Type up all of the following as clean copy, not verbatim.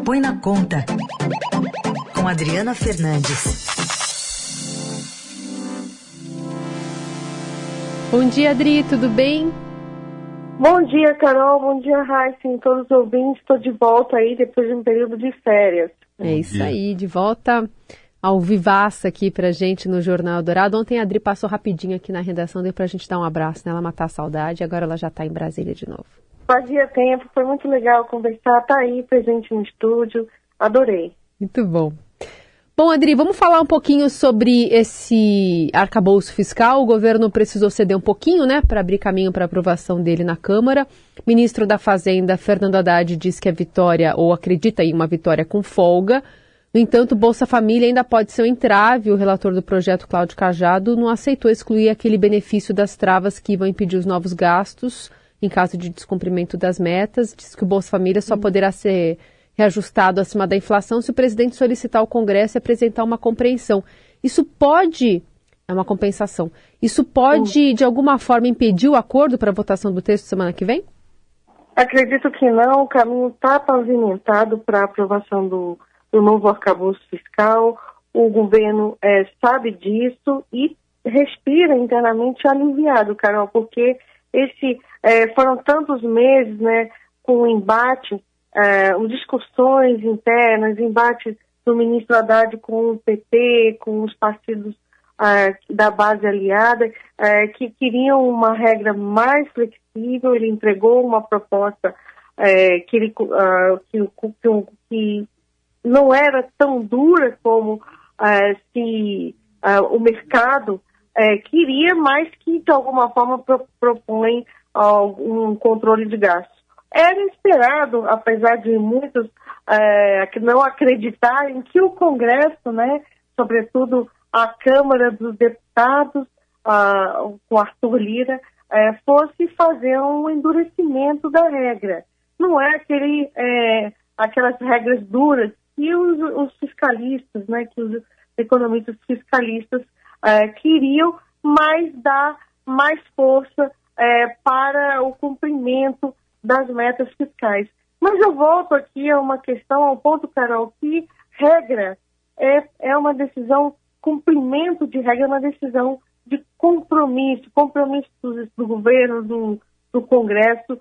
Põe na Conta, com Adriana Fernandes. Bom dia, Adri, tudo bem? Bom dia, Carol, bom dia, Raíssa, todos os ouvintes. Estou de volta aí depois de um período de férias. É isso aí, de volta ao vivaço aqui pra gente no Jornal Dourado. Ontem a Adri passou rapidinho aqui na redação, deu pra gente dar um abraço nela, matar a saudade, e agora ela já tá em Brasília de novo. Fazia tempo, foi muito legal conversar, tá aí presente no estúdio, adorei. Muito bom. Bom, Adri, vamos falar um pouquinho sobre esse arcabouço fiscal. O governo precisou ceder um pouquinho, né, para abrir caminho para a aprovação dele na Câmara. O ministro da Fazenda, Fernando Haddad, diz que a vitória, ou acredita em uma vitória com folga. No entanto, Bolsa Família ainda pode ser um entrave. O relator do projeto, Cláudio Cajado, não aceitou excluir aquele benefício das travas que vão impedir os novos gastos em caso de descumprimento das metas. Diz que o Bolsa Família só poderá ser reajustado acima da inflação se o presidente solicitar ao Congresso e apresentar uma compreensão. Isso pode, é uma compensação, isso pode de alguma forma impedir o acordo para a votação do texto semana que vem? Acredito que não, o caminho está pavimentado para a aprovação do novo arcabouço fiscal, o governo sabe disso e respira internamente aliviado, Carol, porque foram tantos meses, né, com o embate, discussões internas, embates do ministro Haddad com o PT, com os partidos da base aliada, que queriam uma regra mais flexível. Ele entregou uma proposta que não era tão dura como se o mercado queria, mas que de alguma forma propõe um controle de gastos. Era esperado, apesar de muitos que não acreditarem, que o Congresso, né, sobretudo a Câmara dos Deputados, com Arthur Lira, fosse fazer um endurecimento da regra. Não é aquelas regras duras que os fiscalistas, né, que os economistas fiscalistas queriam, mas dar mais força para o cumprimento das metas fiscais. Mas eu volto aqui a uma questão, ao ponto, Carol, que regra é uma decisão, cumprimento de regra é uma decisão de compromisso do governo, do Congresso,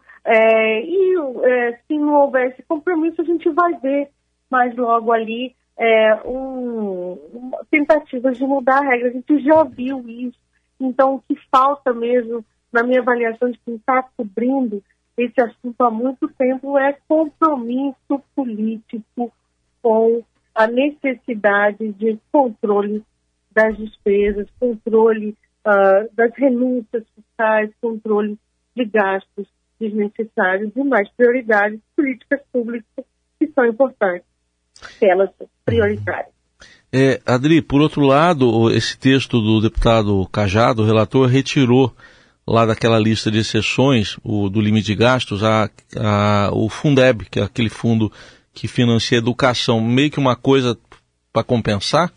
se não houver esse compromisso, a gente vai ver mais logo ali tentativas de mudar a regra. A gente já viu isso. Então, o que falta mesmo, na minha avaliação de quem está cobrindo esse assunto há muito tempo, é compromisso político com a necessidade de controle das despesas, controle das renúncias fiscais, controle de gastos desnecessários e mais prioridades, políticas públicas que são importantes, elas prioritárias. Adri, por outro lado, esse texto do deputado Cajado, o relator, retirou lá daquela lista de exceções, do limite de gastos, o Fundeb, que é aquele fundo que financia a educação, meio que uma coisa para compensar?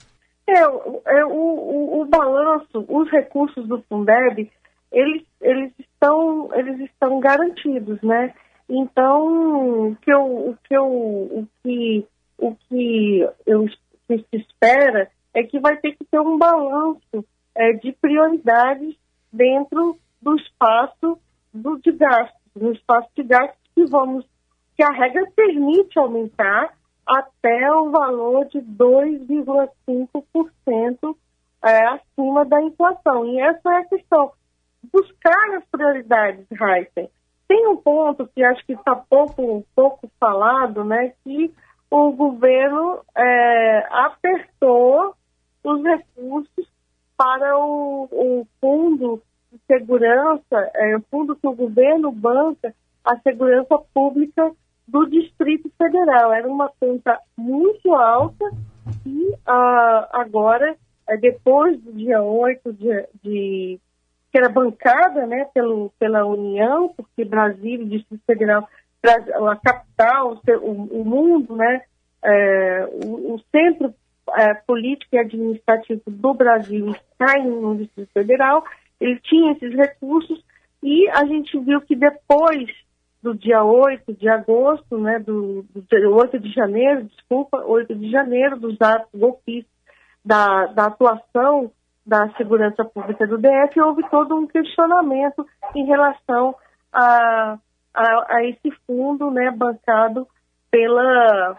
O balanço, os recursos do Fundeb, eles estão garantidos, né? Então, o que se espera é que vai ter que ter um balanço de prioridades dentro do espaço de gastos, no espaço de gastos que a regra permite aumentar até o valor de 2,5% acima da inflação. E essa é a questão. Buscar as prioridades, Heisen. Tem um ponto que acho que está pouco falado, né, que o governo apertou os recursos para o fundo de segurança, o fundo que o governo banca, a segurança pública do Distrito Federal. Era uma conta muito alta e agora, depois do dia 8, que era bancada, né, pela União, porque Brasília, Distrito Federal, a capital, o mundo, né, o centro político e administrativo do Brasil está no Distrito Federal. Ele tinha esses recursos e a gente viu que depois do dia 8 de agosto, né, do 8 de janeiro, 8 de janeiro, dos atos golpistas, da atuação da segurança pública do DF, houve todo um questionamento em relação a esse fundo, né, bancado pela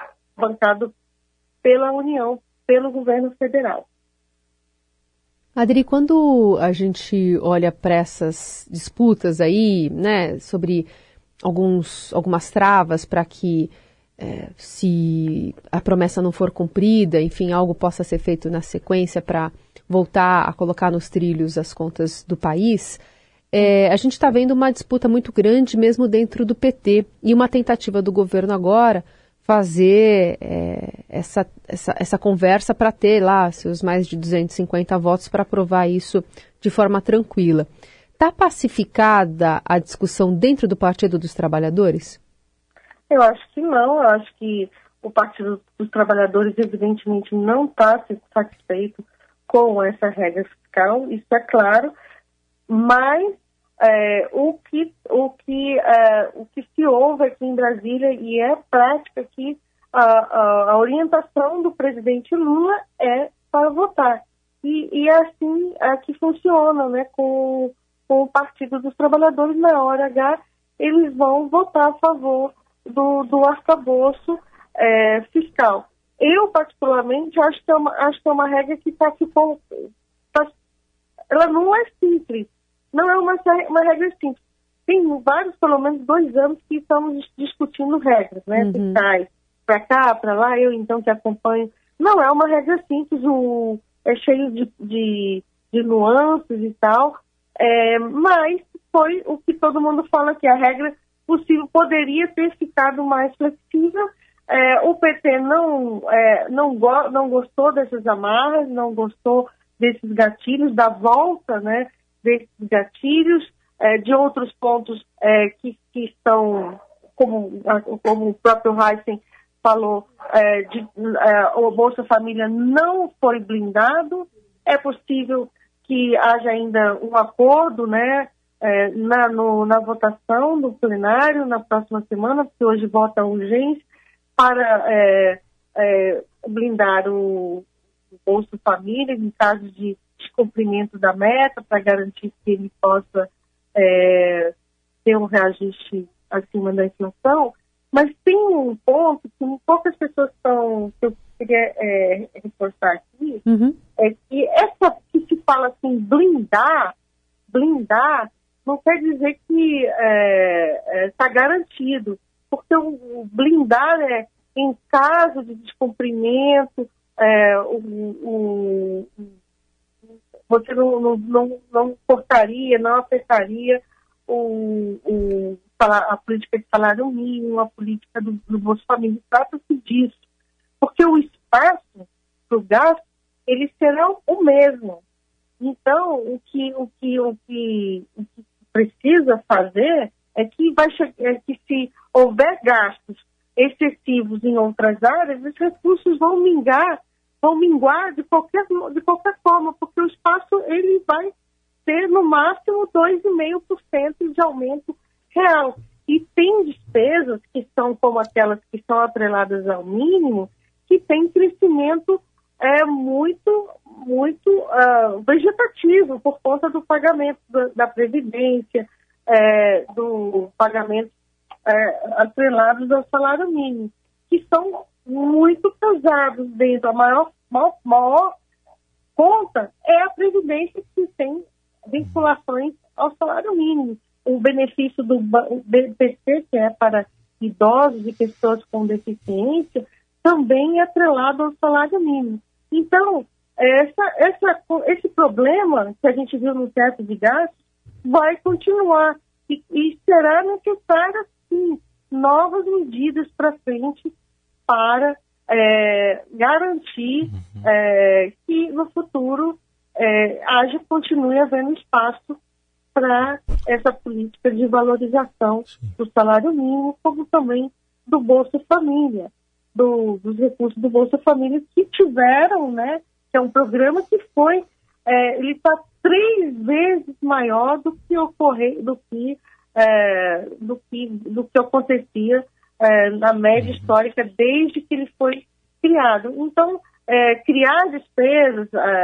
União, pelo governo federal. Adri, quando a gente olha para essas disputas aí, né, sobre algumas travas para que, se a promessa não for cumprida, enfim, algo possa ser feito na sequência para voltar a colocar nos trilhos as contas do país, a gente está vendo uma disputa muito grande mesmo dentro do PT e uma tentativa do governo agora fazer essa conversa para ter lá seus mais de 250 votos para aprovar isso de forma tranquila. Está pacificada a discussão dentro do Partido dos Trabalhadores? Eu acho que não. Eu acho que o Partido dos Trabalhadores, evidentemente, não está satisfeito com essa regra fiscal, isso é claro, mas o que se ouve aqui em Brasília e é prática que a orientação do presidente Lula é para votar. E é assim que funciona, né, com o Partido dos Trabalhadores. Na hora H, eles vão votar a favor do arcabouço fiscal. Eu, particularmente, acho que é uma regra que ela não é simples. Não é uma regra simples. Tem pelo menos 2 anos que estamos discutindo regras, né, fiscais. Para cá, para lá, eu então que acompanho. Não é uma regra simples, é cheio de nuances e tal, mas foi o que todo mundo fala que a regra possível poderia ter ficado mais flexível. O PT não gostou dessas amarras, não gostou desses gatilhos, da volta, né, desses gatilhos, de outros pontos que estão, como o próprio Heisen falou, o Bolsa Família não foi blindado. É possível que haja ainda um acordo, né, na votação do plenário na próxima semana, porque hoje vota a urgência, para blindar o Bolsa Família em caso de descumprimento da meta, para garantir que ele possa ter um reajuste acima da inflação. Mas tem um ponto que poucas pessoas que eu queria reforçar aqui, é que essa que se fala assim, blindar não quer dizer que está garantido, porque o blindar em caso de descumprimento, você não cortaria, não afetaria a política de salário mínimo, a política do Bolsa Família. Trata-se disso, porque o espaço para o gasto, eles serão o mesmo. Então, o que precisa fazer é que se houver gastos excessivos em outras áreas, esses recursos vão minguar de qualquer forma, porque o espaço ele vai ter no máximo 2,5% de aumento real. E tem despesas que são como aquelas que são atreladas ao mínimo, que tem crescimento muito vegetativo por conta do pagamento da Previdência, do pagamento atrelados ao salário mínimo, que são muito pesados dentro. A maior conta é a Previdência, que tem vinculações ao salário mínimo. O benefício do BPC, que é para idosos e pessoas com deficiência, também é atrelado ao salário mínimo. Então, esse problema que a gente viu no teto de gastos vai continuar e será necessário, sim, novas medidas para frente para garantir que no futuro continue havendo espaço para essa política de valorização do salário mínimo, como também do Bolsa Família, dos recursos do Bolsa Família que tiveram, né, que é um programa que foi, ele está 3 vezes maior do que do que acontecia na média histórica desde que ele foi criado. Então, criar despesas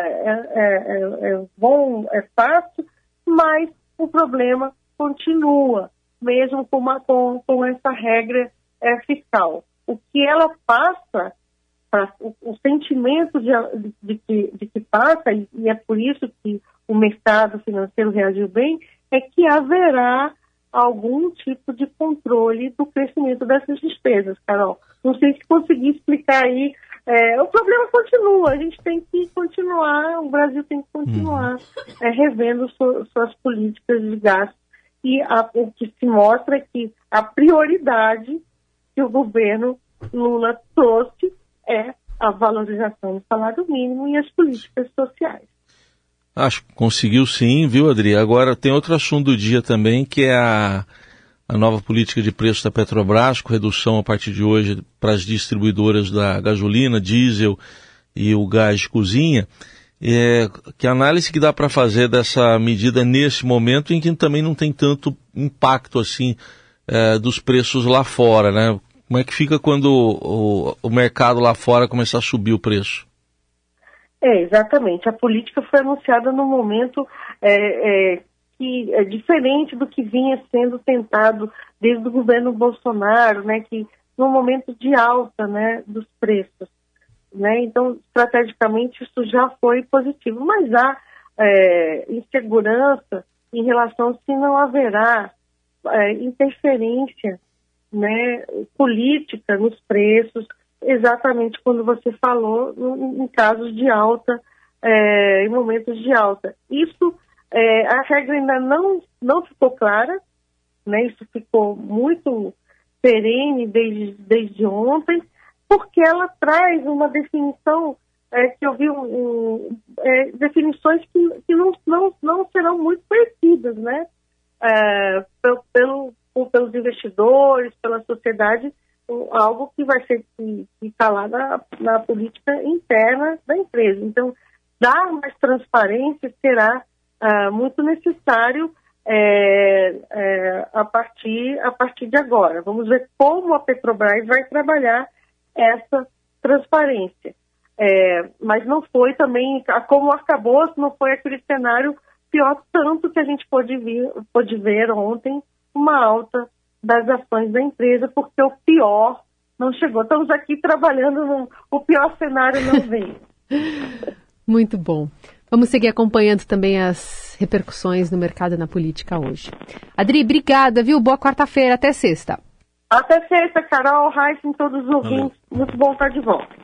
é bom, é fácil, mas o problema continua, mesmo com essa regra fiscal. O que ela passa, o sentimento de que passa, e é por isso que o mercado financeiro reagiu bem, é que haverá algum tipo de controle do crescimento dessas despesas, Carol. Não sei se consegui explicar aí. O problema continua, a gente tem que continuar, o Brasil tem que continuar revendo suas políticas de gasto. E o que se mostra é que a prioridade que o governo Lula trouxe é a valorização do salário mínimo e as políticas sociais. Acho que conseguiu sim, viu, Adri? Agora tem outro assunto do dia também, que é a nova política de preço da Petrobras, com redução a partir de hoje para as distribuidoras da gasolina, diesel e o gás de cozinha. Que análise que dá para fazer dessa medida nesse momento em que também não tem tanto impacto assim dos preços lá fora, né? Como é que fica quando o mercado lá fora começar a subir o preço? Exatamente. A política foi anunciada num momento que é diferente do que vinha sendo tentado desde o governo Bolsonaro, né, que num momento de alta, né, dos preços. Né? Então, estrategicamente, isso já foi positivo. Mas há insegurança em relação se não haverá interferência, né, política nos preços, exatamente quando você falou em casos de alta, em momentos de alta. Isso, a regra ainda não ficou clara, né, isso ficou muito perene desde ontem, porque ela traz uma definição que eu vi definições que não serão muito conhecidas, né, pelos investidores, pela sociedade, algo que vai ser que está lá na política interna da empresa. Então, dar mais transparência será muito necessário a partir de agora. Vamos ver como a Petrobras vai trabalhar essa transparência. Mas não foi também, como acabou, não foi aquele cenário pior tanto que a gente pôde ver ontem, uma alta das ações da empresa, porque o pior não chegou. Estamos aqui trabalhando, o pior cenário não veio. Muito bom. Vamos seguir acompanhando também as repercussões no mercado e na política hoje. Adri, obrigada, viu? Boa quarta-feira, até sexta. Até sexta, Carol, Raíssa, todos os ouvintes. Muito bom estar de volta.